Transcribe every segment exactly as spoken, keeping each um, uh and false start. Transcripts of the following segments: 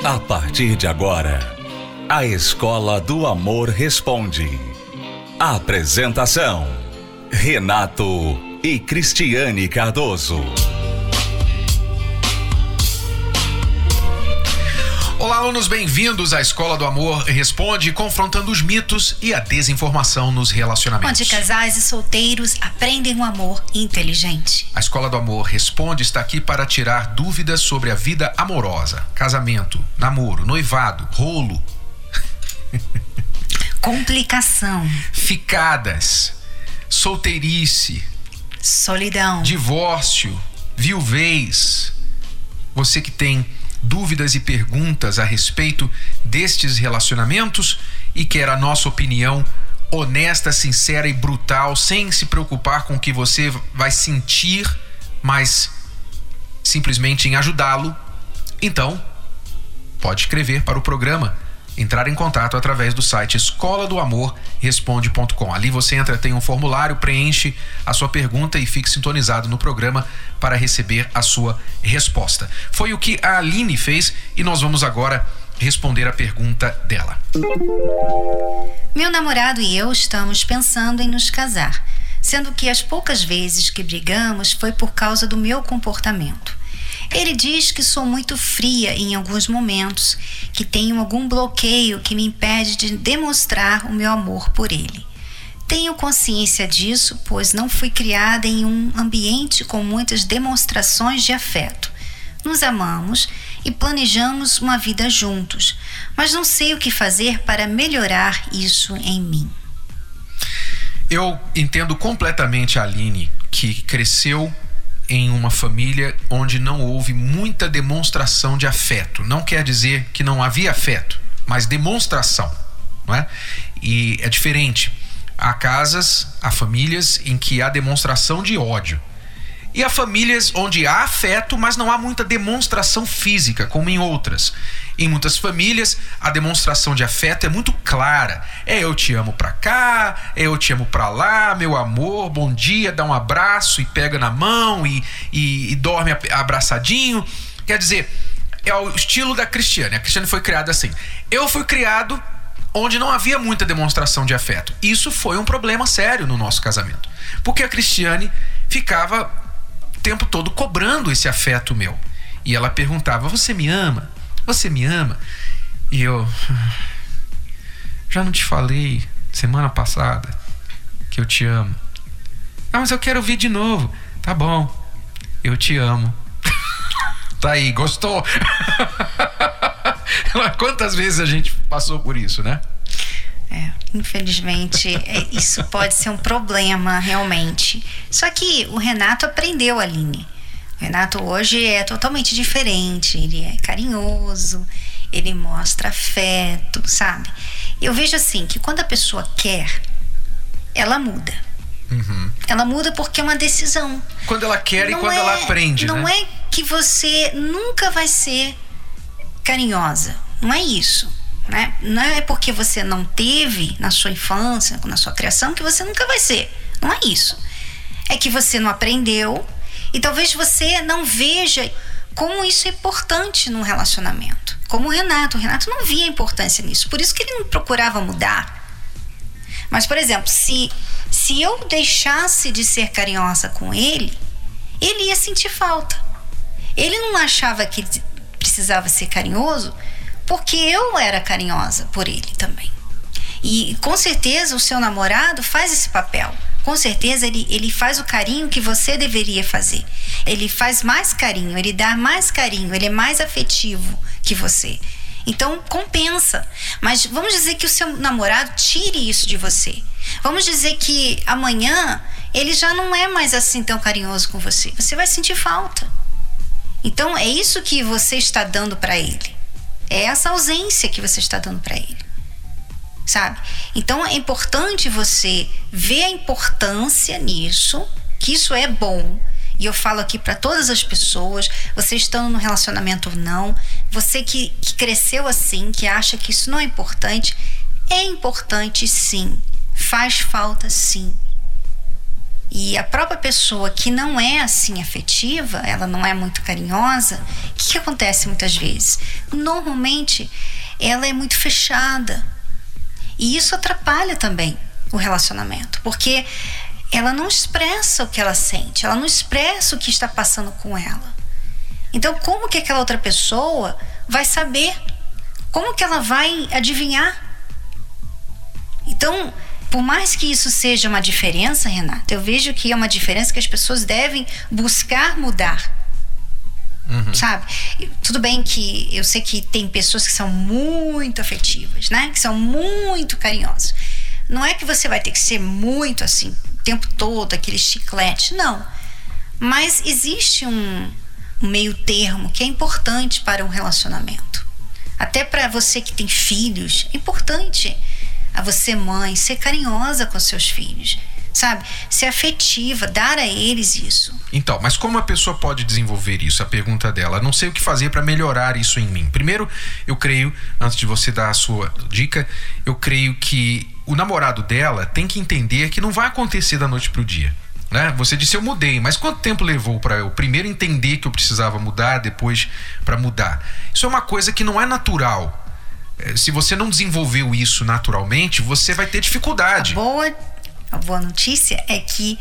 A partir de agora, a Escola do Amor Responde. Apresentação: Renato e Cristiane Cardoso. Olá, alunos, bem-vindos à Escola do Amor Responde, confrontando os mitos e a desinformação nos relacionamentos. Onde casais e solteiros aprendem um amor inteligente. A Escola do Amor Responde está aqui para tirar dúvidas sobre a vida amorosa, casamento, namoro, noivado, rolo, complicação, ficadas, solteirice, solidão, divórcio, viuvez. Você que tem dúvidas e perguntas a respeito destes relacionamentos e quer a nossa opinião honesta, sincera e brutal, sem se preocupar com o que você vai sentir, mas simplesmente em ajudá-lo, então pode escrever para o programa, entrar em contato através do site escola do amor responde ponto com. Ali você entra, tem um formulário, preenche a sua pergunta e fique sintonizado no programa para receber a sua resposta. Foi o que a Aline fez e nós vamos agora responder a pergunta dela. Meu namorado e eu estamos pensando em nos casar, sendo que as poucas vezes que brigamos foi por causa do meu comportamento. Ele diz que sou muito fria em alguns momentos, que tenho algum bloqueio que me impede de demonstrar o meu amor por ele. Tenho consciência disso, pois não fui criada em um ambiente com muitas demonstrações de afeto. Nos amamos e planejamos uma vida juntos, mas não sei o que fazer para melhorar isso em mim. Eu entendo completamente a Aline, que cresceu em uma família onde não houve muita demonstração de afeto. Não quer dizer que não havia afeto, mas demonstração, não é? E é diferente. Há casas, há famílias em que há demonstração de ódio. E há famílias onde há afeto, mas não há muita demonstração física, como em outras. Em muitas famílias, a demonstração de afeto é muito clara. É eu te amo pra cá, é eu te amo pra lá, meu amor, bom dia, dá um abraço e pega na mão e, e, e dorme abraçadinho. Quer dizer, é o estilo da Cristiane. A Cristiane foi criada assim. Eu fui criado onde não havia muita demonstração de afeto. Isso foi um problema sério no nosso casamento. Porque a Cristiane ficava o tempo todo cobrando esse afeto meu. E ela perguntava, você me ama? Você me ama? E eu, já não te falei semana passada que eu te amo? Ah, mas eu quero ouvir de novo. Tá bom, eu te amo. Tá aí, gostou? Quantas vezes a gente passou por isso, né? É, infelizmente, isso pode ser um problema, realmente. Só que o Renato aprendeu, Aline. O Renato hoje é totalmente diferente. Ele é carinhoso, ele mostra afeto, sabe? Eu vejo assim, que quando a pessoa quer, ela muda. Uhum. Ela muda porque é uma decisão. Quando ela quer não e quando é, ela aprende, não né? é que você nunca vai ser carinhosa. Não é isso, né? Não é porque você não teve na sua infância, na sua criação, que você nunca vai ser. Não é isso. É que você não aprendeu e talvez você não veja como isso é importante num relacionamento. Como o Renato. O Renato não via importância nisso. Por isso que ele não procurava mudar. Mas, por exemplo, se, se eu deixasse de ser carinhosa com ele, ele ia sentir falta. Ele não achava que precisava ser carinhoso porque eu era carinhosa por ele também. E com certeza o seu namorado faz esse papel. Com certeza ele, ele faz o carinho que você deveria fazer. Ele faz mais carinho, ele dá mais carinho, ele é mais afetivo que você. Então compensa. Mas vamos dizer que o seu namorado tire isso de você. Vamos dizer que amanhã ele já não é mais assim tão carinhoso com você. Você vai sentir falta. Então é isso que você está dando para ele. É essa ausência que você está dando para ele. Sabe? Então é importante você ver a importância nisso, que isso é bom. E eu falo aqui para todas as pessoas, você estando no relacionamento ou não, você que, que cresceu assim, que acha que isso não é importante, é importante sim, faz falta sim. E a própria pessoa que não é assim afetiva, ela não é muito carinhosa, o que, que acontece muitas vezes? Normalmente, ela é muito fechada. E isso atrapalha também o relacionamento, porque ela não expressa o que ela sente, ela não expressa o que está passando com ela. Então, como que aquela outra pessoa vai saber? Como que ela vai adivinhar? Então, por mais que isso seja uma diferença, Renata, eu vejo que é uma diferença que as pessoas devem buscar mudar. Uhum. Sabe? Tudo bem que eu sei que tem pessoas que são muito afetivas, né? Que são muito carinhosas. Não é que você vai ter que ser muito assim, o tempo todo, aquele chiclete, não. Mas existe um, um meio termo que é importante para um relacionamento. Até para você que tem filhos, é importante a você, mãe, ser carinhosa com seus filhos, sabe? Ser afetiva, dar a eles isso. Então, mas como a pessoa pode desenvolver isso? A pergunta dela, não sei o que fazer para melhorar isso em mim. Primeiro, eu creio, antes de você dar a sua dica, eu creio que o namorado dela tem que entender que não vai acontecer da noite pro dia, né? Você disse, eu mudei, mas quanto tempo levou para eu primeiro entender que eu precisava mudar, depois para mudar? Isso é uma coisa que não é natural. Se você não desenvolveu isso naturalmente, você vai ter dificuldade. A boa, a boa notícia é que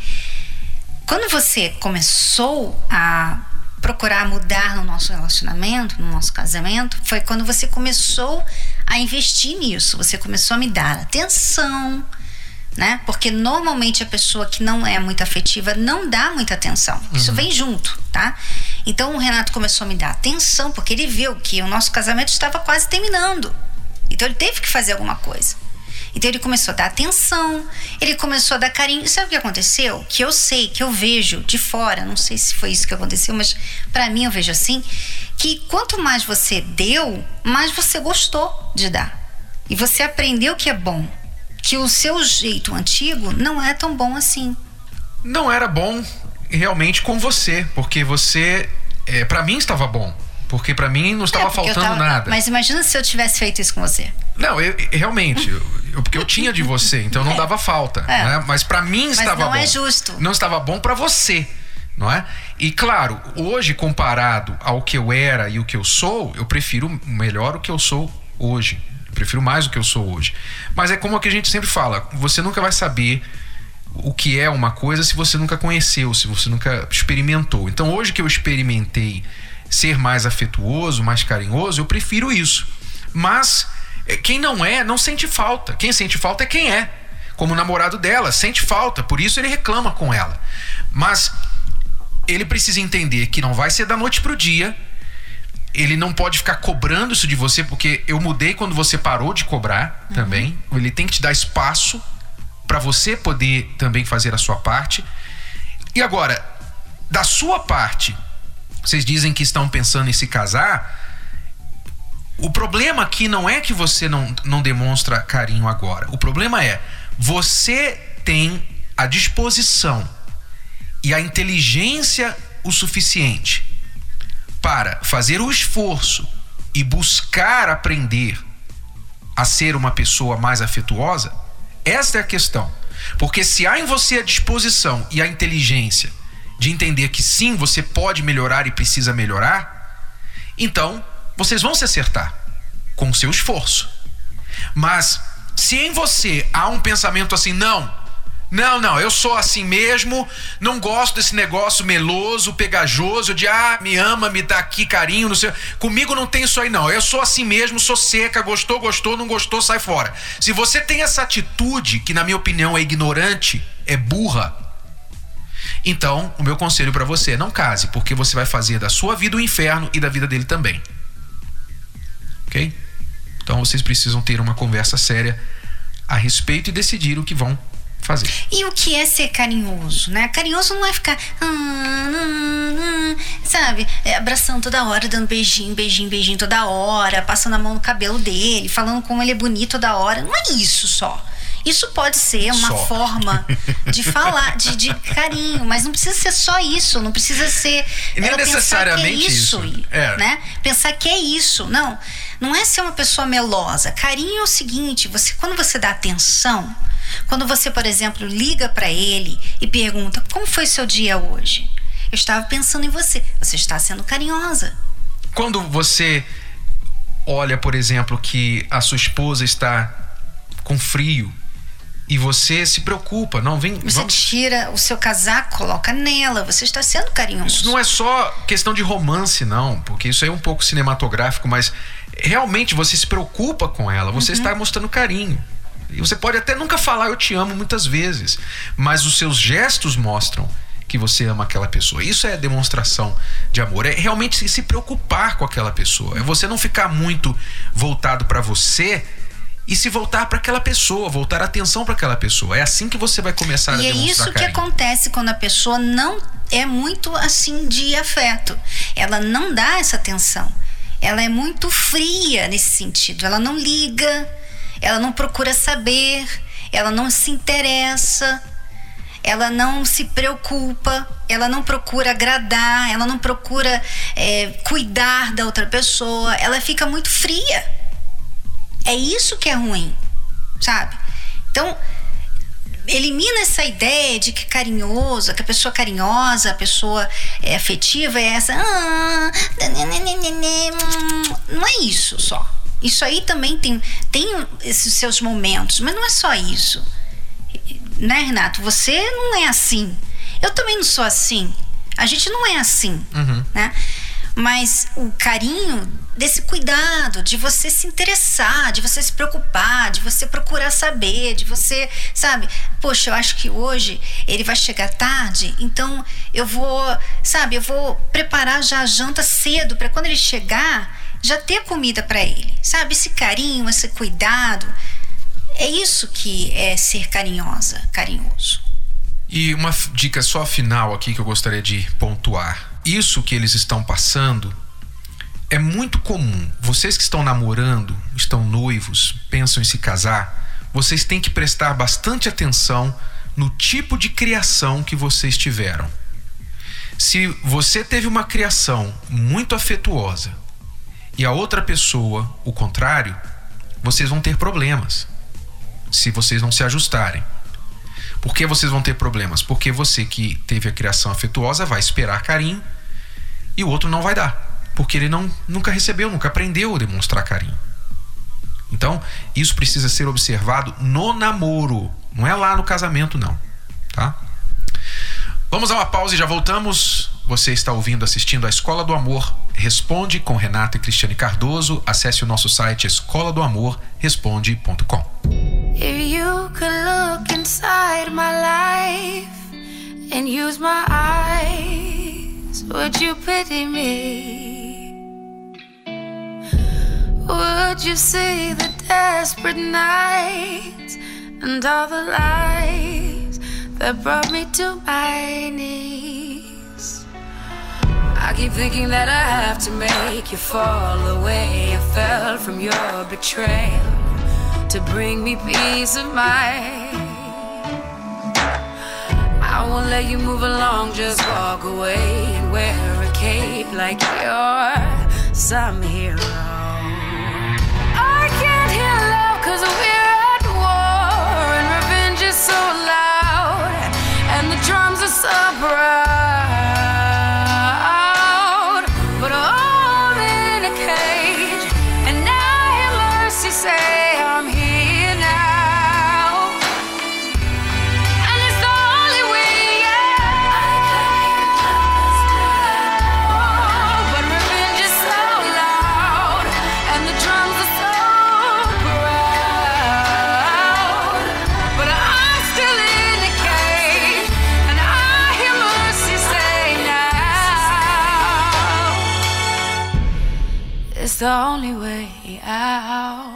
quando você começou a procurar mudar no nosso relacionamento, no nosso casamento, foi quando você começou a investir nisso. Você começou a me dar atenção, né? Porque normalmente a pessoa que não é muito afetiva não dá muita atenção. Isso uhum. vem junto, tá? Então o Renato começou a me dar atenção porque ele viu que o nosso casamento estava quase terminando. Então ele teve que fazer alguma coisa. Então ele começou a dar atenção, ele começou a dar carinho. E sabe o que aconteceu? Que eu sei, que eu vejo de fora, não sei se foi isso que aconteceu, mas pra mim eu vejo assim, que quanto mais você deu, mais você gostou de dar. E você aprendeu que é bom. Que o seu jeito antigo não é tão bom assim. Não era bom realmente com você, porque você, é, pra mim estava bom. Porque pra mim não estava é, faltando tava, nada. Mas imagina se eu tivesse feito isso com você. Não, eu, realmente, eu, porque eu tinha de você, então não é. dava falta. É. Né? Mas pra mim mas estava bom. Mas não é justo. Não estava bom pra você, não é? E claro, hoje comparado ao que eu era e o que eu sou, eu prefiro melhor o que eu sou hoje. Eu prefiro mais o que eu sou hoje. Mas é como a que a gente sempre fala, você nunca vai saber o que é uma coisa se você nunca conheceu, se você nunca experimentou. Então hoje que eu experimentei ser mais afetuoso, mais carinhoso, eu prefiro isso. Mas quem não é, não sente falta. Quem sente falta é quem é. Como o namorado dela, sente falta, por isso ele reclama com ela. Mas ele precisa entender que não vai ser da noite pro dia. Ele não pode ficar cobrando isso de você, porque eu mudei quando você parou de cobrar uhum. também. Ele tem que te dar espaço para você poder também fazer a sua parte. E agora, da sua parte, vocês dizem que estão pensando em se casar. O problema aqui não é que você não, não demonstra carinho agora. O problema é, você tem a disposição e a inteligência o suficiente para fazer o esforço e buscar aprender a ser uma pessoa mais afetuosa? Essa é a questão. Porque se há em você a disposição e a inteligência de entender que sim, você pode melhorar e precisa melhorar, então vocês vão se acertar com o seu esforço. Mas se em você há um pensamento assim, não, não, não, eu sou assim mesmo, não gosto desse negócio meloso, pegajoso, de ah, me ama, me dá aqui carinho, não sei, comigo não tem isso aí não, eu sou assim mesmo, sou seca, gostou, gostou, não gostou, sai fora. Se você tem essa atitude, que na minha opinião é ignorante, é burra, então o meu conselho para você é não case, porque você vai fazer da sua vida o inferno e da vida dele também. Ok? Então vocês precisam ter uma conversa séria a respeito e decidir o que vão fazer. E o que é ser carinhoso, né? Carinhoso não é ficar hum, hum, hum, sabe, é, abraçando toda hora, dando beijinho, beijinho, beijinho toda hora, passando a mão no cabelo dele, falando como ele é bonito toda hora. Não é isso só. Isso pode ser uma só. forma de falar, de, de carinho, mas não precisa ser só isso, não precisa ser e nem é, necessariamente pensar que é isso, isso. É. Né? Pensar que é isso, não, não é ser uma pessoa melosa. Carinho é o seguinte, você, quando você dá atenção, Quando você, por exemplo, liga para ele e pergunta: como foi seu dia hoje? Eu estava pensando em você. Você está sendo carinhosa. Quando você olha, por exemplo, que a sua esposa está com frio e você se preocupa, não vem. Você vamos... tira o seu casaco, coloca nela. Você está sendo carinhoso. Isso não é só questão de romance, não, porque isso aí é um pouco cinematográfico, mas realmente você se preocupa com ela. Você uhum. está mostrando carinho. E você pode até nunca falar eu te amo muitas vezes, mas os seus gestos mostram que você ama aquela pessoa. Isso é demonstração de amor. É realmente se preocupar com aquela pessoa. É você não ficar muito voltado para você e se voltar para aquela pessoa, voltar a atenção para aquela pessoa. É assim que você vai começar a demonstrar carinho. E é isso que acontece quando a pessoa não é muito assim de afeto. Ela não dá essa atenção. Ela é muito fria nesse sentido. Ela não liga, ela não procura saber, ela não se interessa, ela não se preocupa, ela não procura agradar, ela não procura é, cuidar da outra pessoa. Ela fica muito fria. É isso que é ruim, sabe? Então, elimina essa ideia de que carinhoso, que a pessoa carinhosa, a pessoa é, afetiva é essa. Ah, não é isso só. Isso aí também tem, tem esses seus momentos, mas não é só isso. Né, Renato? Você não é assim. Eu também não sou assim. A gente não é assim, uhum. né? Mas o carinho desse cuidado, de você se interessar, de você se preocupar, de você procurar saber, de você, sabe? Poxa, eu acho que hoje ele vai chegar tarde, então eu vou, sabe? Eu vou preparar já a janta cedo para quando ele chegar, já ter comida para ele, sabe? Esse carinho, esse cuidado. É isso que é ser carinhosa, carinhoso. E uma dica só final aqui que eu gostaria de pontuar. Isso que eles estão passando é muito comum. Vocês que estão namorando, estão noivos, pensam em se casar, vocês têm que prestar bastante atenção no tipo de criação que vocês tiveram. Se você teve uma criação muito afetuosa e a outra pessoa o contrário, vocês vão ter problemas. Se vocês não se ajustarem. Por que vocês vão ter problemas? Porque você que teve a criação afetuosa vai esperar carinho e o outro não vai dar. Porque ele não, nunca recebeu, nunca aprendeu a demonstrar carinho. Então, isso precisa ser observado no namoro. Não é lá no casamento, não. Tá? Vamos a uma pausa e já voltamos. Você está ouvindo, assistindo a Escola do Amor Responde com Renata e Cristiane Cardoso. Acesse o nosso site escola do amor responde ponto com. If you could look inside my life and use my eyes, would you pity me? Would you see the desperate nights and all the lies that brought me to my knees? I keep thinking that I have to make you fall the way I fell from your betrayal to bring me peace of mind. I won't let you move along, just walk away and wear a cape like you're some hero. I can't hear love 'cause we're at war and revenge is so loud and the drums are so proud. But I'm in a cage and I hear mercy say I'm here. It's the only way out.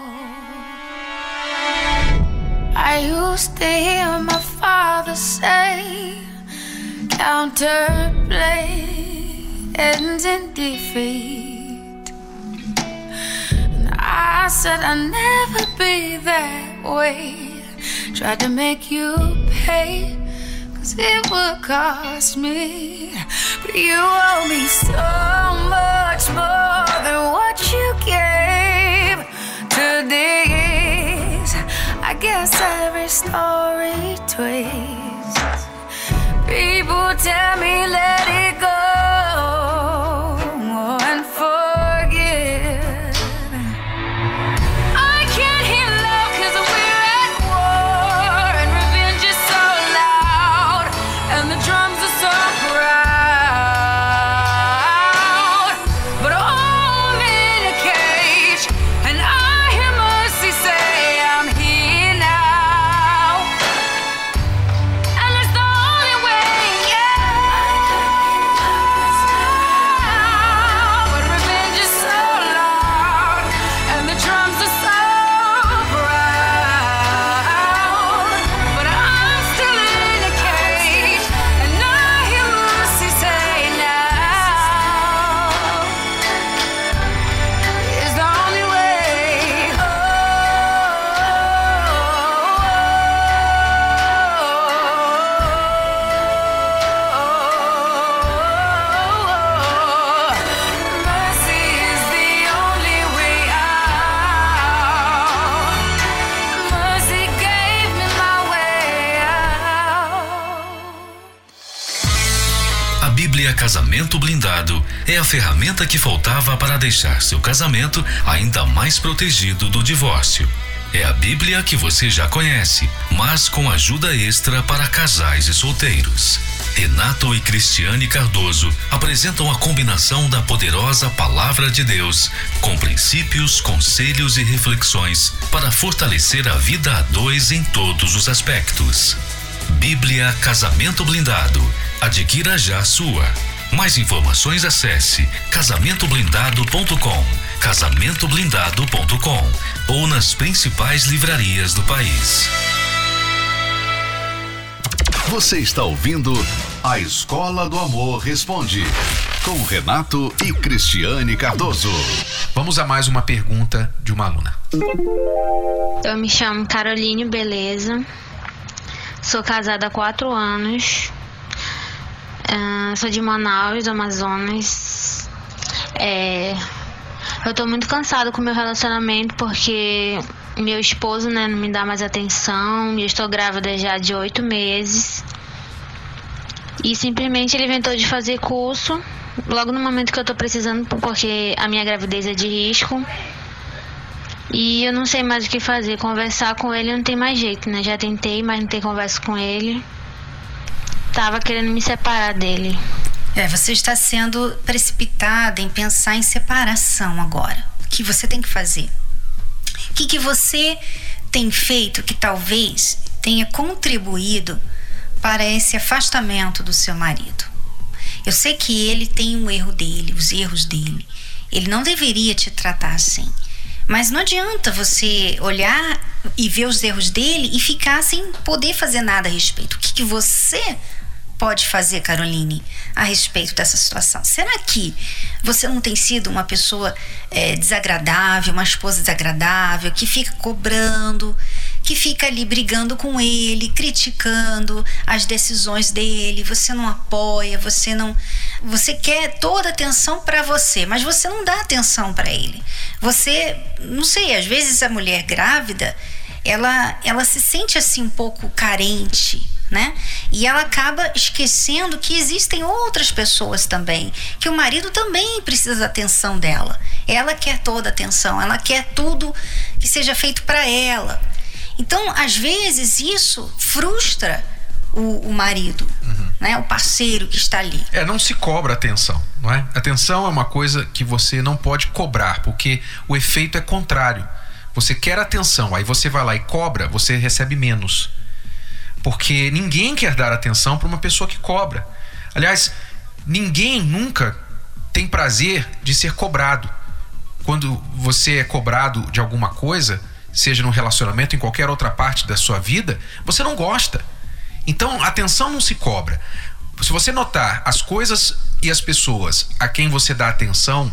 I used to hear my father say, counterplay ends in defeat. And I said I'd never be that way. Tried to make you pay, 'cause it would cost me. But you owe me so much more than what you gave to this. I guess guess every story twists. People tell me let it go and forget. I can't hear love 'cause we're at war and revenge is so loud and the drums are so proud. But I'm in a cage and I hear mercy say I'm here now. And it's the only way, yeah. But revenge is so loud and the drums are so proud. But I'm still in a cage and I hear mercy say now is the only way. Oh, mercy is the only way out. Mercy gave me my way out. A Bíblia Casamento Blindado é a ferramenta que faltava para deixar seu casamento ainda mais protegido do divórcio. É a Bíblia que você já conhece, mas com ajuda extra para casais e solteiros. Renato e Cristiane Cardoso apresentam a combinação da poderosa Palavra de Deus com princípios, conselhos e reflexões para fortalecer a vida a dois em todos os aspectos. Bíblia Casamento Blindado. Adquira já a sua. Mais informações acesse casamento blindado ponto com, casamento blindado ponto com ou nas principais livrarias do país. Você está ouvindo A Escola do Amor Responde, com Renato e Cristiane Cardoso. Vamos a mais uma pergunta de uma aluna. Eu me chamo Caroline Beleza, sou casada há quatro anos, uh, sou de Manaus, Amazonas. É, eu tô muito cansada com o meu relacionamento porque meu esposo, né, não me dá mais atenção. Eu estou grávida já de oito meses e simplesmente ele inventou de fazer curso logo no momento que eu tô precisando, porque a minha gravidez é de risco. E eu não sei mais o que fazer. Conversar com ele não tem mais jeito, né? Já tentei, mas não tem conversa com ele. Tava querendo me separar dele. É, você está sendo precipitada em pensar em separação agora. O que você tem que fazer? O que, que você tem feito que talvez tenha contribuído para esse afastamento do seu marido? Eu sei que ele tem um erro dele, os erros dele. Ele não deveria te tratar assim. Mas não adianta você olhar e ver os erros dele e ficar sem poder fazer nada a respeito. O que, que você pode fazer, Caroline, a respeito dessa situação? Será que você não tem sido uma pessoa é, desagradável, uma esposa desagradável, que fica cobrando, que fica ali brigando com ele, criticando as decisões dele, você não apoia, você não... Você quer toda a atenção para você, mas você não dá atenção para ele. Você, não sei, às vezes a mulher grávida, ela, ela se sente assim um pouco carente, né? E ela acaba esquecendo que existem outras pessoas também, que o marido também precisa da atenção dela. Ela quer toda a atenção, ela quer tudo que seja feito para ela. Então, às vezes, isso frustra o, o marido, uhum, né? O parceiro que está ali. É, não se cobra atenção, não é? Atenção é uma coisa que você não pode cobrar, porque o efeito é contrário. Você quer atenção, aí você vai lá e cobra, você recebe menos. Porque ninguém quer dar atenção para uma pessoa que cobra. Aliás, ninguém nunca tem prazer de ser cobrado. Quando você é cobrado de alguma coisa, seja num relacionamento, em qualquer outra parte da sua vida, você não gosta. Então, atenção não se cobra. Se você notar as coisas e as pessoas a quem você dá atenção,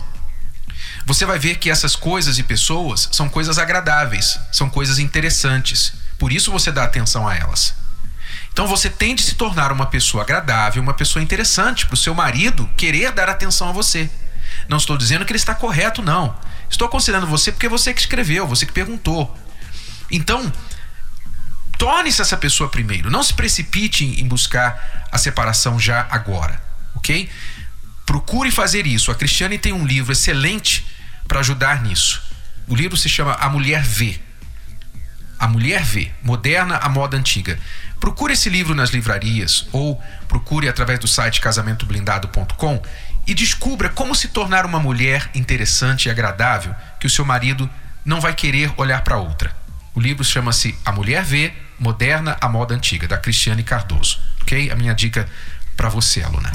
você vai ver que essas coisas e pessoas são coisas agradáveis, são coisas interessantes. Por isso você dá atenção a elas. Então você tem de se tornar uma pessoa agradável, uma pessoa interessante para o seu marido querer dar atenção a você. Não estou dizendo que ele está correto, não. Estou aconselhando você porque você que escreveu, você que perguntou. Então, Torne-se essa pessoa primeiro. Não se precipite em buscar a separação já agora, ok? Procure fazer isso. A Cristiane tem um livro excelente para ajudar nisso. O livro se chama A Mulher Vê. A Mulher Vê, moderna à moda antiga. Procure esse livro nas livrarias ou procure através do site casamento blindado ponto com e descubra como se tornar uma mulher interessante e agradável que o seu marido não vai querer olhar para outra. O livro chama-se A Mulher Vê, moderna à moda antiga, da Cristiane Cardoso. Ok? A minha dica para você, aluna.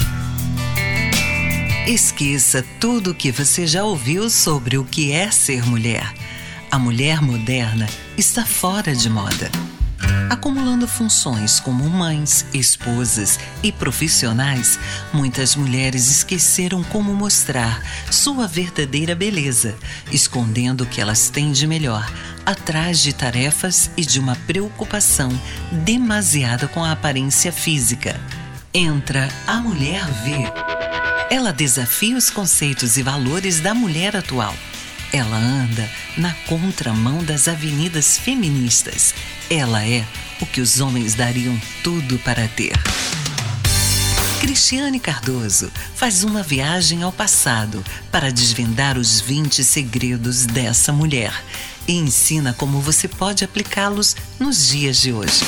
Esqueça tudo o que você já ouviu sobre o que é ser mulher. A mulher moderna está fora de moda. Acumulando funções como mães, esposas e profissionais, muitas mulheres esqueceram como mostrar sua verdadeira beleza, escondendo o que elas têm de melhor, atrás de tarefas e de uma preocupação demasiada com a aparência física. Entra A Mulher Vê. Ela desafia os conceitos e valores da mulher atual. Ela anda na contramão das avenidas feministas. Ela é o que os homens dariam tudo para ter. Cristiane Cardoso faz uma viagem ao passado para desvendar os vinte segredos dessa mulher e ensina como você pode aplicá-los nos dias de hoje.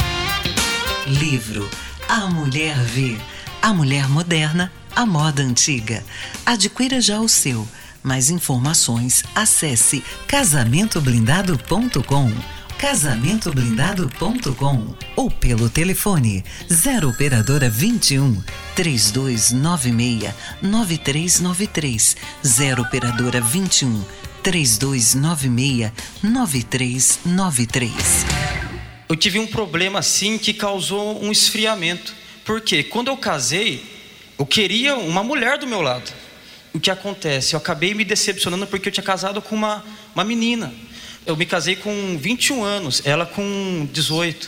Livro A Mulher Vê. A Mulher Moderna, a Moda Antiga. Adquira já o seu. Mais informações, acesse casamento blindado ponto com, casamento blindado ponto com ou pelo telefone zero operadora vinte e um, trinta e dois noventa e seis, nove três nove três, zero operadora vinte e um, trinta e dois noventa e seis, nove três nove três. Eu tive um problema assim que causou um esfriamento. Porque quando eu casei, eu queria uma mulher do meu lado. O que acontece? Eu acabei me decepcionando porque eu tinha casado com uma, uma menina. Eu me casei com vinte e um anos, ela com dezoito.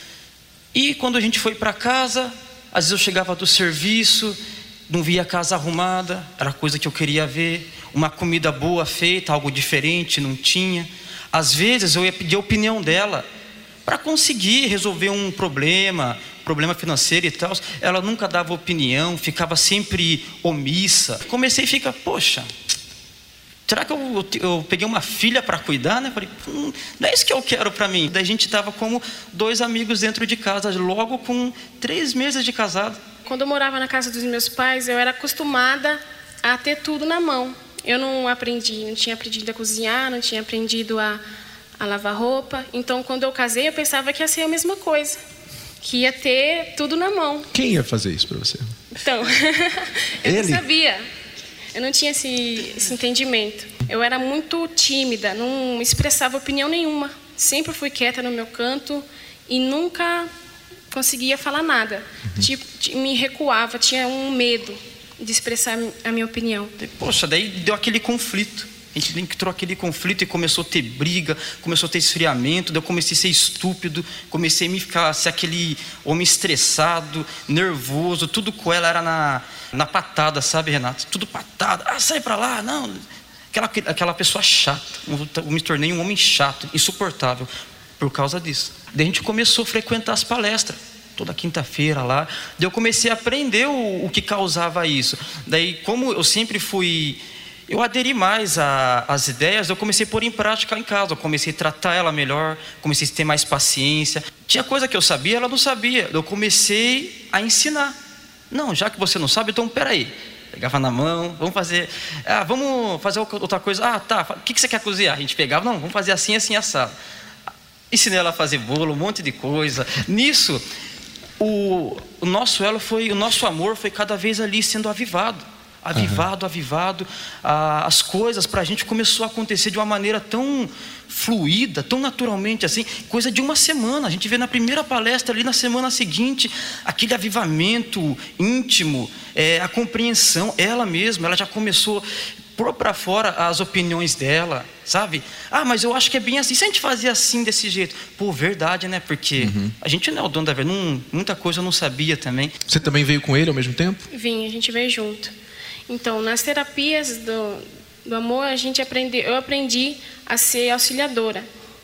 E quando a gente foi para casa, às vezes eu chegava do serviço, não via a casa arrumada, era coisa que eu queria ver. Uma comida boa feita, algo diferente, não tinha. Às vezes eu ia pedir a opinião dela para conseguir resolver um problema, problema financeiro e tal. Ela nunca dava opinião, ficava sempre omissa. Comecei a ficar, poxa, será que eu, eu, eu peguei uma filha para cuidar, né? Falei, hum, não é isso que eu quero para mim. Daí a gente estava como dois amigos dentro de casa, logo com três meses de casado. Quando eu morava na casa dos meus pais, eu era acostumada a ter tudo na mão. Eu não aprendi, não tinha aprendido a cozinhar, não tinha aprendido a, a lavar roupa. Então, quando eu casei, eu pensava que ia ser a mesma coisa, que ia ter tudo na mão. Quem ia fazer isso para você? Então, eu Ele? não sabia. Eu não tinha esse, esse entendimento. Eu era muito tímida, não expressava opinião nenhuma. Sempre fui quieta no meu canto e nunca conseguia falar nada. Uhum. Tipo, me recuava, tinha um medo de expressar a minha opinião. Poxa, daí deu aquele conflito. A gente entrou aquele conflito e começou a ter briga, começou a ter esfriamento. Daí eu comecei a ser estúpido, comecei a me ficar ser aquele homem estressado, nervoso. Tudo com ela era na, na patada, sabe, Renato? Tudo patada. Ah, sai pra lá, não. Aquela, aquela pessoa chata. Eu me tornei um homem chato, insuportável, por causa disso. Daí a gente começou a frequentar as palestras. Toda quinta-feira lá. Daí eu comecei a aprender o, o que causava isso. Daí, como eu sempre fui... Eu aderi mais às ideias, eu comecei a pôr em prática em casa. Eu comecei a tratar ela melhor, comecei a ter mais paciência. Tinha coisa que eu sabia, ela não sabia. Eu comecei a ensinar. Não, já que você não sabe, então peraí. Pegava na mão, vamos fazer... Ah, vamos fazer outra coisa. Ah, tá, o que você quer cozinhar? A gente pegava, não, vamos fazer assim, assim, assado. Ensinei ela a fazer bolo, um monte de coisa. Nisso, o, o nosso elo foi, o nosso amor foi cada vez ali sendo avivado. Avivado, uhum. avivado, ah, as coisas para a gente começou a acontecer de uma maneira tão fluida, tão naturalmente assim, coisa de uma semana. A gente vê na primeira palestra ali, na semana seguinte, aquele avivamento íntimo, é, a compreensão, ela mesma, ela já começou a pôr para fora as opiniões dela, sabe? Ah, mas eu acho que é bem assim, se a gente fazia assim, desse jeito, pô, verdade, né? Porque uhum. a gente não é o dono da verdade, não, muita coisa eu não sabia também. Você também veio com ele ao mesmo tempo? Vim, a gente veio junto. Então, nas terapias do, do amor, a gente aprendeu, eu aprendi a ser auxiliadora.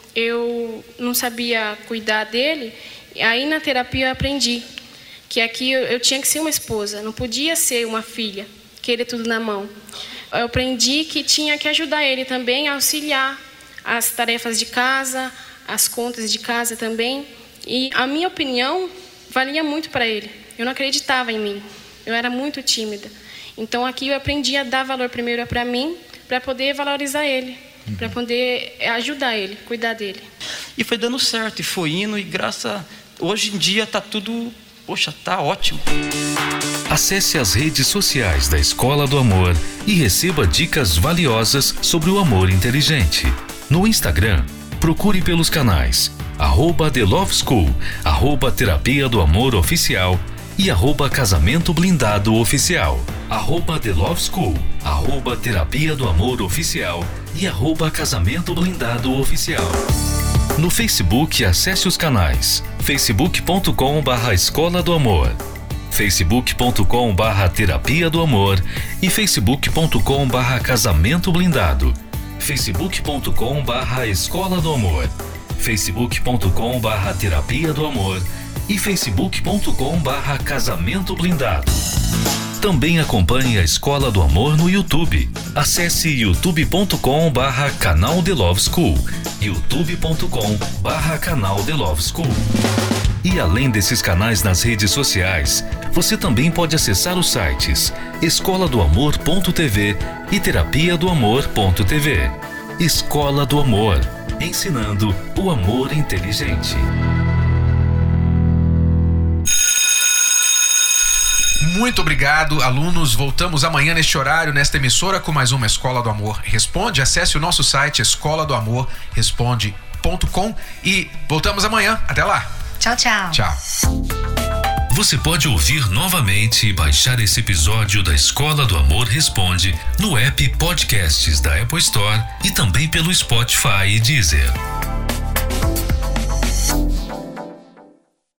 eu não sabia cuidar dele. Aí na terapia eu aprendi que aqui eu, eu tinha que ser uma esposa, não podia ser uma filha, querer tudo na mão. Eu aprendi que tinha que ajudar ele também, auxiliar as tarefas de casa, as contas de casa também. E a minha opinião valia muito para ele. Eu não acreditava em mim, eu era muito tímida. Então aqui eu aprendi a dar valor primeiro para mim, para poder valorizar ele, uhum. para poder ajudar ele, cuidar dele. E foi dando certo, e foi indo, e graças... Hoje em dia está tudo... Poxa, tá ótimo. Acesse as redes sociais da Escola do Amor e receba dicas valiosas sobre o amor inteligente. No Instagram, procure pelos canais arroba The Love School, arroba Terapia do Amor Oficial e arroba Casamento Blindado Oficial, arroba The Love School, arroba Terapia do Amor Oficial e arroba Casamento Blindado Oficial. No Facebook, acesse os canais facebook ponto com barra Escola do Amor, facebook ponto com barra Terapia do Amor e facebook ponto com barra Casamento Blindado, facebook ponto com barra Escola do Amor, facebook ponto com barra Terapia do Amor e facebook ponto com barra Casamento Blindado. Também acompanhe a Escola do Amor no YouTube. Acesse youtube ponto com barra canal The Love School, youtube ponto com barra canal The Love School. E além desses canais nas redes sociais, você também pode acessar os sites escola do amor ponto t v e terapia do amor ponto t v. Escola do Amor, ensinando o amor inteligente. Muito obrigado, alunos. Voltamos amanhã neste horário, nesta emissora, com mais uma Escola do Amor Responde. Acesse o nosso site escola do amor responde ponto com e voltamos amanhã. Até lá. Tchau, tchau. Tchau. Você pode ouvir novamente e baixar esse episódio da Escola do Amor Responde no app Podcasts da Apple Store e também pelo Spotify e Deezer.